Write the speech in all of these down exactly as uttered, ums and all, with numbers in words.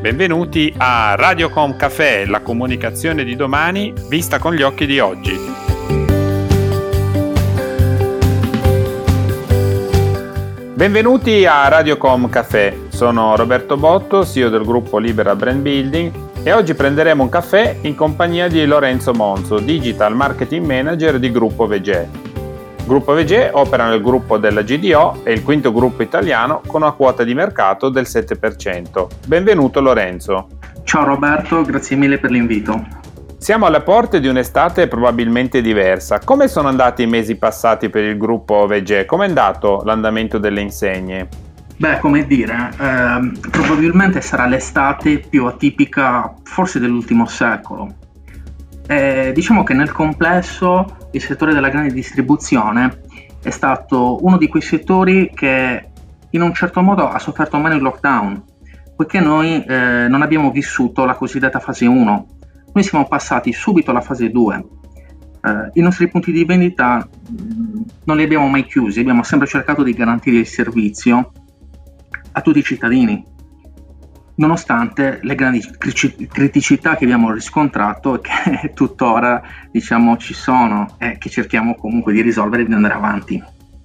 Benvenuti a Radiocom Café, la comunicazione di domani vista con gli occhi di oggi. Benvenuti a Radiocom Café, sono Roberto Botto, C E O del gruppo Libera Brand Building e oggi prenderemo un caffè in compagnia di Lorenzo Monzo, Digital Marketing Manager di Gruppo Vegè. Gruppo Vegè opera nel gruppo della G D O, è il quinto gruppo italiano con una quota di mercato del sette per cento. Benvenuto Lorenzo. Ciao Roberto, grazie mille per l'invito. Siamo alle porte di un'estate probabilmente diversa. Come sono andati i mesi passati per il gruppo Vegè? Come è andato l'andamento delle insegne? Beh, come dire, eh, probabilmente sarà l'estate più atipica forse dell'ultimo secolo. Eh, diciamo che nel complesso il settore della grande distribuzione è stato uno di quei settori che in un certo modo ha sofferto meno il lockdown, poiché noi eh, non abbiamo vissuto la cosiddetta fase uno. Noi siamo passati subito alla fase due. Eh, I nostri punti di vendita mh, non li abbiamo mai chiusi, abbiamo sempre cercato di garantire il servizio a tutti i cittadini, nonostante le grandi criticità che abbiamo riscontrato e che tuttora diciamo ci sono e che cerchiamo comunque di risolvere e di andare avanti.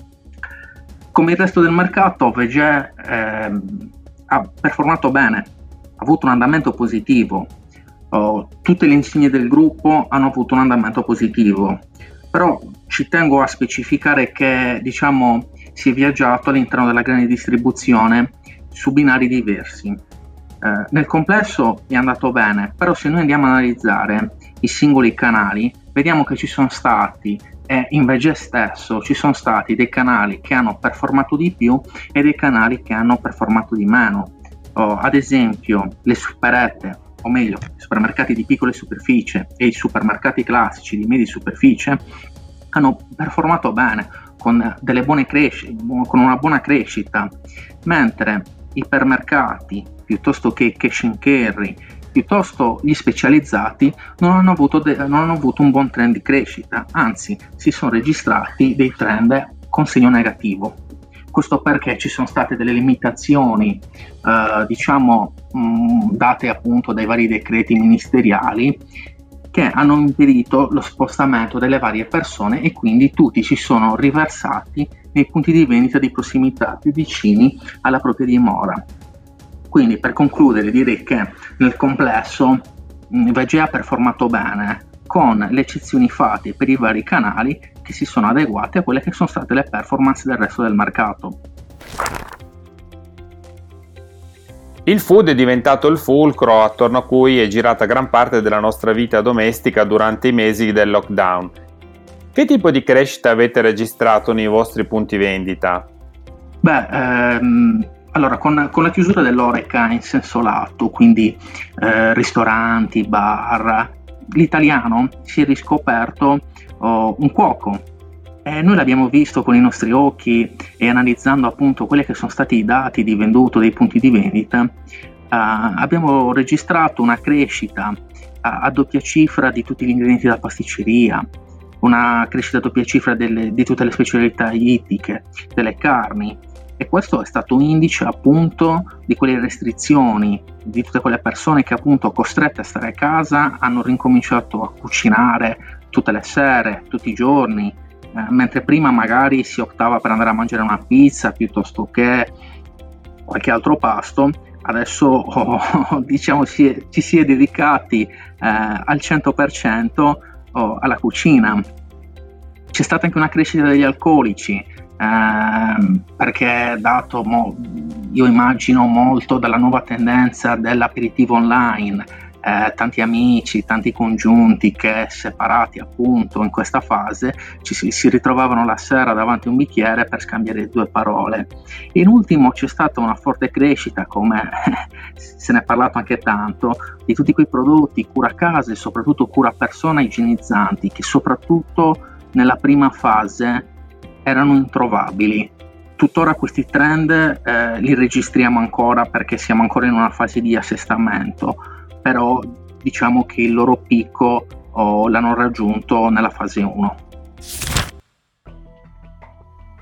Come il resto del mercato, Vegè eh, ha performato bene, ha avuto un andamento positivo. Oh, tutte le insegne del gruppo hanno avuto un andamento positivo, però ci tengo a specificare che diciamo si è viaggiato all'interno della grande distribuzione su binari diversi. Eh, nel complesso è andato bene, però se noi andiamo a analizzare i singoli canali vediamo che ci sono stati e in Vegè stesso ci sono stati dei canali che hanno performato di più e dei canali che hanno performato di meno. Oh, ad esempio le superette, o meglio i supermercati di piccole superficie e i supermercati classici di medie superficie hanno performato bene con delle buone crescite, con una buona crescita, mentre ipermercati piuttosto che cash and carry, piuttosto gli specializzati non hanno avuto, de- non hanno avuto un buon trend di crescita, anzi si sono registrati dei trend con segno negativo. Questo perché ci sono state delle limitazioni eh, diciamo mh, date appunto dai vari decreti ministeriali che hanno impedito lo spostamento delle varie persone e quindi tutti si sono riversati nei punti di vendita di prossimità più vicini alla propria dimora. Quindi per concludere direi che nel complesso Vegè ha performato bene, con le eccezioni fatte per i vari canali che si sono adeguati a quelle che sono state le performance del resto del mercato. Il food è diventato il fulcro attorno a cui è girata gran parte della nostra vita domestica durante i mesi del lockdown. Che tipo di crescita avete registrato nei vostri punti vendita? Beh, ehm, allora con, con la chiusura dell'Horeca in senso lato, quindi eh, ristoranti, bar, l'italiano si è riscoperto oh, un cuoco. E noi l'abbiamo visto con i nostri occhi e analizzando appunto quelli che sono stati i dati di venduto dei punti di vendita, uh, abbiamo registrato una crescita a, a doppia cifra di tutti gli ingredienti della pasticceria, una crescita a doppia cifra delle, di tutte le specialità ittiche, delle carni, e questo è stato un indice appunto di quelle restrizioni, di tutte quelle persone che appunto costrette a stare a casa hanno ricominciato a cucinare tutte le sere, tutti i giorni, eh, mentre prima magari si optava per andare a mangiare una pizza piuttosto che qualche altro pasto. Adesso oh, diciamo si è, ci si è dedicati eh, al cento per cento oh, alla cucina. C'è stata anche una crescita degli alcolici, eh, perché dato mo, io immagino molto dalla nuova tendenza dell'aperitivo online, eh, tanti amici, tanti congiunti che separati appunto in questa fase ci si, si ritrovavano la sera davanti a un bicchiere per scambiare due parole. In ultimo c'è stata una forte crescita, come se ne è parlato anche tanto, di tutti quei prodotti cura casa e soprattutto cura persona igienizzanti, che soprattutto nella prima fase erano introvabili. Tuttora questi trend eh, li registriamo ancora perché siamo ancora in una fase di assestamento, però diciamo che il loro picco oh, l'hanno raggiunto nella fase uno.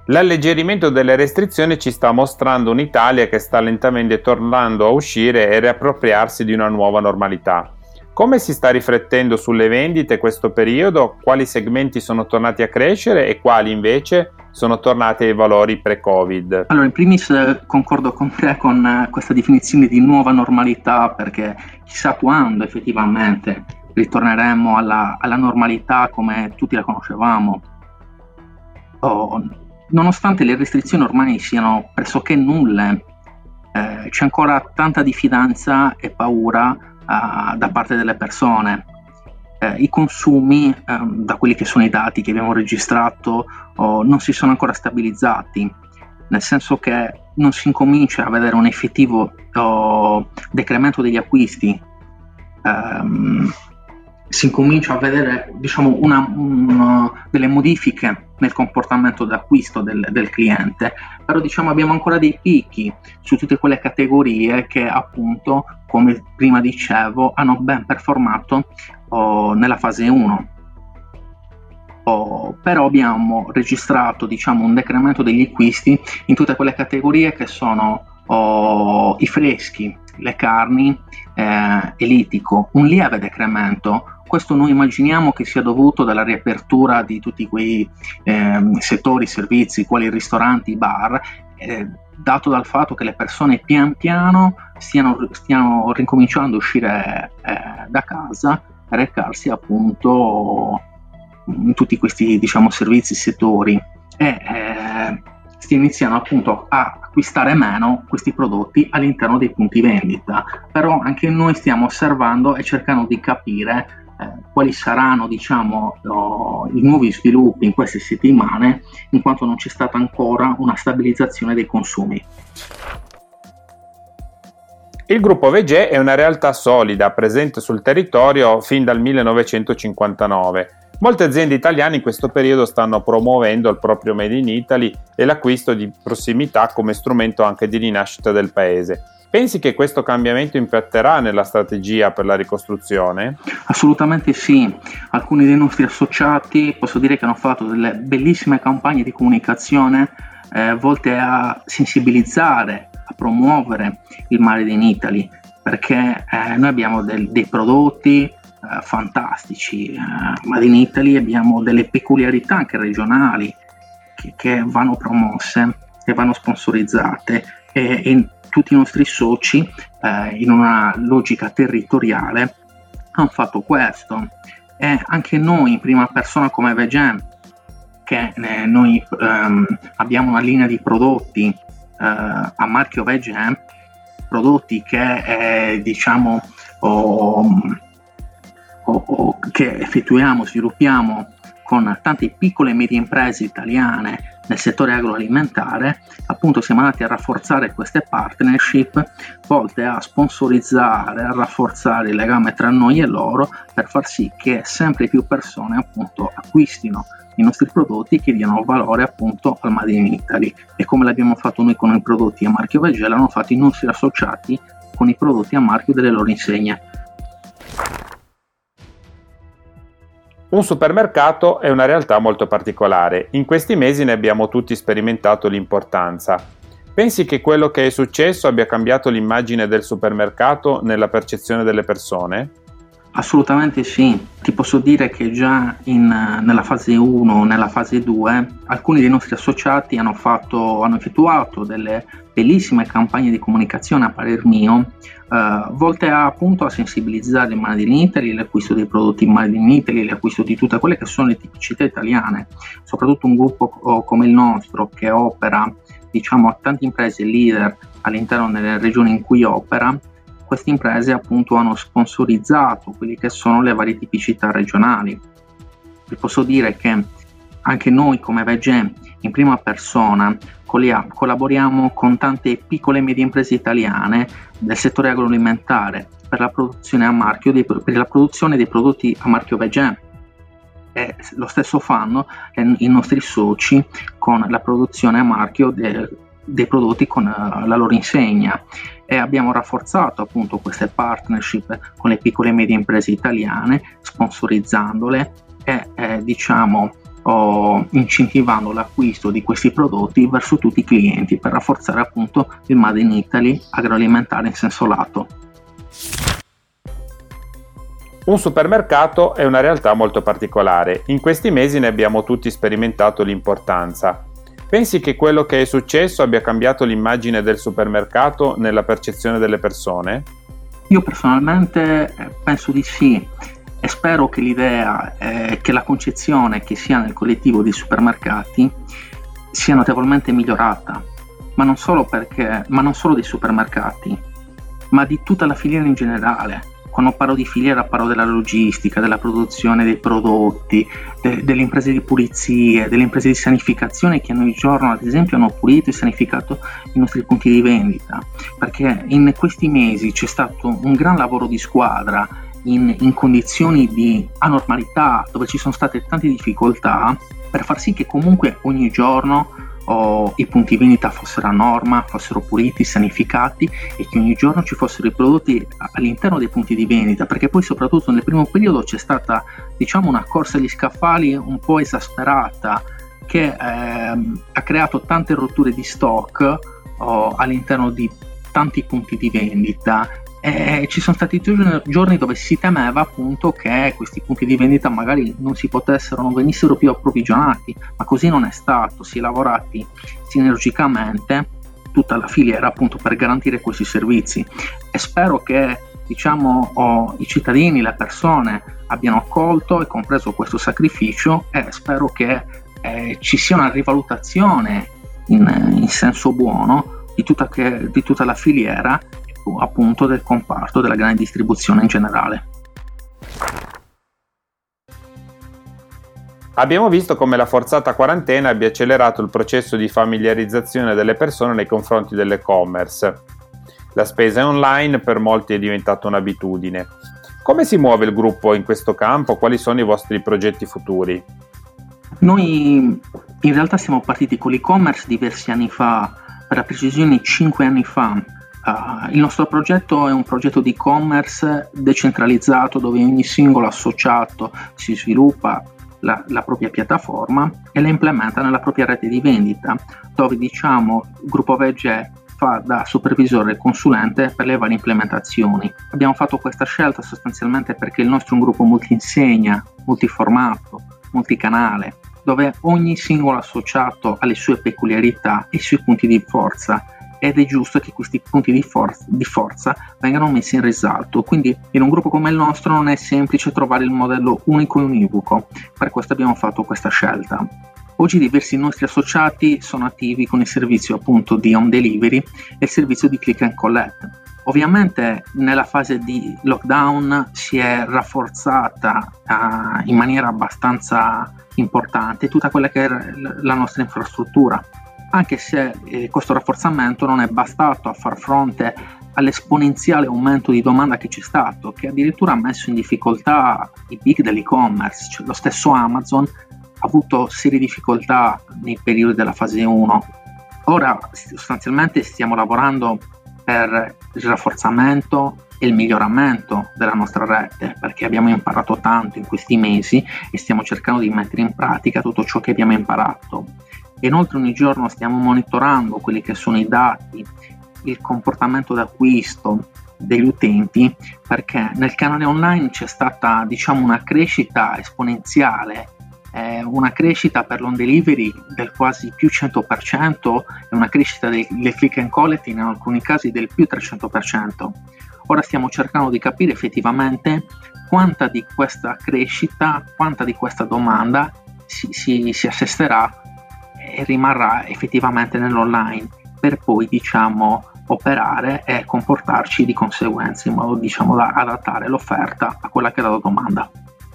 L'alleggerimento delle restrizioni ci sta mostrando un'Italia che sta lentamente tornando a uscire e riappropriarsi di una nuova normalità. Come si sta riflettendo sulle vendite questo periodo? Quali segmenti sono tornati a crescere e quali invece sono tornati ai valori pre-Covid? Allora, in primis eh, concordo con te con eh, questa definizione di nuova normalità, perché chissà quando effettivamente ritorneremo alla, alla normalità come tutti la conoscevamo. Oh, nonostante le restrizioni ormai siano pressoché nulle, eh, c'è ancora tanta diffidenza e paura uh, da parte delle persone. Eh, I consumi, eh, da quelli che sono i dati che abbiamo registrato, oh, non si sono ancora stabilizzati, nel senso che non si incomincia a vedere un effettivo oh, decremento degli acquisti. Um, si incomincia a vedere, diciamo, una, una, delle modifiche nel comportamento d'acquisto del, del cliente, però diciamo abbiamo ancora dei picchi su tutte quelle categorie che appunto, come prima dicevo, hanno ben performato oh, nella fase uno. Oh, però abbiamo registrato, diciamo, un decremento degli acquisti in tutte quelle categorie che sono oh, i freschi, le carni eh, e l'ittico, un lieve decremento. Questo noi immaginiamo che sia dovuto dalla riapertura di tutti quei eh, settori, servizi, quali ristoranti, bar, eh, dato dal fatto che le persone pian piano stiano, stiano ricominciando a uscire eh, da casa e recarsi appunto in tutti questi, diciamo, servizi, settori, e eh, stia iniziando appunto a acquistare meno questi prodotti all'interno dei punti vendita. Però anche noi stiamo osservando e cercando di capire eh, quali saranno, diciamo, oh, i nuovi sviluppi in queste settimane, in quanto non c'è stata ancora una stabilizzazione dei consumi. Il gruppo Vegè è una realtà solida, presente sul territorio fin dal millenovecentocinquantanove. Molte aziende italiane in questo periodo stanno promuovendo il proprio Made in Italy e l'acquisto di prossimità come strumento anche di rinascita del paese. Pensi che questo cambiamento impatterà nella strategia per la ricostruzione? Assolutamente sì. Alcuni dei nostri associati posso dire che hanno fatto delle bellissime campagne di comunicazione eh, volte a sensibilizzare, a promuovere il Made in Italy, perché eh, noi abbiamo del, dei prodotti Uh, fantastici, uh, Made in Italy, abbiamo delle peculiarità anche regionali che, che vanno promosse, che vanno sponsorizzate, e, e tutti i nostri soci uh, in una logica territoriale hanno fatto questo, e anche noi in prima persona come Vegè, che eh, noi um, abbiamo una linea di prodotti uh, a marchio Vegè, prodotti che eh, diciamo oh, O, o che effettuiamo, sviluppiamo con tante piccole e medie imprese italiane nel settore agroalimentare. Appunto siamo andati a rafforzare queste partnership volte a sponsorizzare, a rafforzare il legame tra noi e loro, per far sì che sempre più persone appunto acquistino i nostri prodotti, che diano valore appunto al Made in Italy. E come l'abbiamo fatto noi con i prodotti a marchio Vegè, l'hanno fatto i nostri associati con i prodotti a marchio delle loro insegne. Un supermercato è una realtà molto particolare. In questi mesi ne abbiamo tutti sperimentato l'importanza. Pensi che quello che è successo abbia cambiato l'immagine del supermercato nella percezione delle persone? Assolutamente sì. Ti posso dire che già in, nella fase uno, nella fase due, alcuni dei nostri associati hanno, fatto, hanno effettuato delle bellissime campagne di comunicazione a parer mio, eh, volte a, appunto a sensibilizzare il Made in Italy, l'acquisto dei prodotti Made in Italy, l'acquisto di tutte quelle che sono le tipicità italiane. Soprattutto un gruppo come il nostro, che opera, diciamo, a tante imprese leader all'interno delle regioni in cui opera. Queste imprese appunto hanno sponsorizzato quelle che sono le varie tipicità regionali. Vi posso dire che anche noi come Vegè in prima persona collaboriamo con tante piccole e medie imprese italiane del settore agroalimentare per la produzione a marchio dei, per la produzione dei prodotti a marchio Vegè. E lo stesso fanno i nostri soci con la produzione a marchio de, dei prodotti con uh, la loro insegna, e abbiamo rafforzato appunto queste partnership con le piccole e medie imprese italiane, sponsorizzandole e eh, diciamo o incentivando l'acquisto di questi prodotti verso tutti i clienti per rafforzare appunto il Made in Italy agroalimentare in senso lato. Un supermercato è una realtà molto particolare. In questi mesi ne abbiamo tutti sperimentato l'importanza. Pensi che quello che è successo abbia cambiato l'immagine del supermercato nella percezione delle persone? Io personalmente penso di sì e spero che l'idea, eh, che la concezione che sia nel collettivo dei supermercati sia notevolmente migliorata, ma non solo perché, ma non solo dei supermercati, ma di tutta la filiera in generale. Quando parlo di filiera parlo della logistica, della produzione dei prodotti, de- delle imprese di pulizie, delle imprese di sanificazione che ogni giorno ad esempio hanno pulito e sanificato i nostri punti di vendita, perché in questi mesi c'è stato un gran lavoro di squadra in, in condizioni di anormalità dove ci sono state tante difficoltà per far sì che comunque ogni giorno o i punti vendita fossero a norma, fossero puliti, sanificati e che ogni giorno ci fossero i prodotti all'interno dei punti di vendita, perché poi soprattutto nel primo periodo c'è stata diciamo una corsa agli scaffali un po' esasperata che ehm, ha creato tante rotture di stock oh, all'interno di tanti punti di vendita. E ci sono stati giorni dove si temeva appunto che questi punti di vendita magari non si potessero, non venissero più approvvigionati, ma così non è stato. Si è lavorati sinergicamente tutta la filiera appunto per garantire questi servizi e spero che diciamo oh, i cittadini, le persone abbiano accolto e compreso questo sacrificio e spero che eh, ci sia una rivalutazione in, in senso buono di tutta, che, di tutta la filiera appunto del comparto della grande distribuzione in generale. Abbiamo visto come la forzata quarantena abbia accelerato il processo di familiarizzazione delle persone nei confronti dell'e-commerce. La spesa online per molti è diventata un'abitudine. Come si muove il gruppo in questo campo? Quali sono i vostri progetti futuri? Noi in realtà siamo partiti con l'e-commerce diversi anni fa, per la precisione cinque anni fa. Uh, il nostro progetto è un progetto di e-commerce decentralizzato dove ogni singolo associato si sviluppa la, la propria piattaforma e la implementa nella propria rete di vendita, dove diciamo il gruppo Vegè fa da supervisore e consulente per le varie implementazioni. Abbiamo fatto questa scelta sostanzialmente perché il nostro è un gruppo multinsegna, multiformato, multicanale, dove ogni singolo associato ha le sue peculiarità e i suoi punti di forza ed è giusto che questi punti di forza, di forza vengano messi in risalto. Quindi in un gruppo come il nostro non è semplice trovare il modello unico e univoco, per questo abbiamo fatto questa scelta. Oggi diversi nostri associati sono attivi con il servizio appunto di home delivery e il servizio di click and collect. Ovviamente nella fase di lockdown si è rafforzata uh, in maniera abbastanza importante tutta quella che è la nostra infrastruttura, anche se eh, questo rafforzamento non è bastato a far fronte all'esponenziale aumento di domanda che c'è stato, che addirittura ha messo in difficoltà i big dell'e-commerce. Cioè, lo stesso Amazon ha avuto serie difficoltà nei periodi della fase uno. Ora sostanzialmente stiamo lavorando per il rafforzamento e il miglioramento della nostra rete, perché abbiamo imparato tanto in questi mesi e stiamo cercando di mettere in pratica tutto ciò che abbiamo imparato. Inoltre ogni giorno stiamo monitorando quelli che sono i dati, il comportamento d'acquisto degli utenti, perché nel canale online c'è stata diciamo una crescita esponenziale, eh, una crescita per l'home delivery del quasi più cento per cento e una crescita del, del click and collect in alcuni casi del più trecento per cento. Ora stiamo cercando di capire effettivamente quanta di questa crescita, quanta di questa domanda si, si, si assesterà e rimarrà effettivamente nell'online per poi diciamo operare e comportarci di conseguenza in modo diciamo da adattare l'offerta a quella che è la domanda.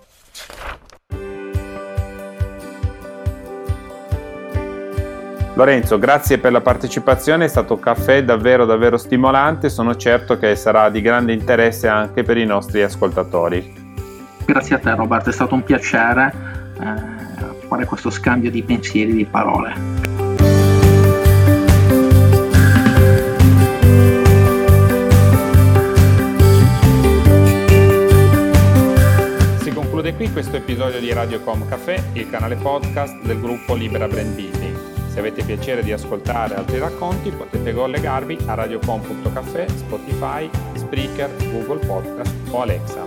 Lorenzo, grazie per la partecipazione, è stato un caffè davvero davvero stimolante, sono certo che sarà di grande interesse anche per i nostri ascoltatori. Grazie a te Roberto, è stato un piacere eh, fare questo scambio di pensieri, di parole. Si conclude qui questo episodio di Radiocom Café, il canale podcast del gruppo Libera Brand Building. Se avete piacere di ascoltare altri racconti potete collegarvi a radiocom punto caffè, Spotify, Spreaker, Google Podcast o Alexa.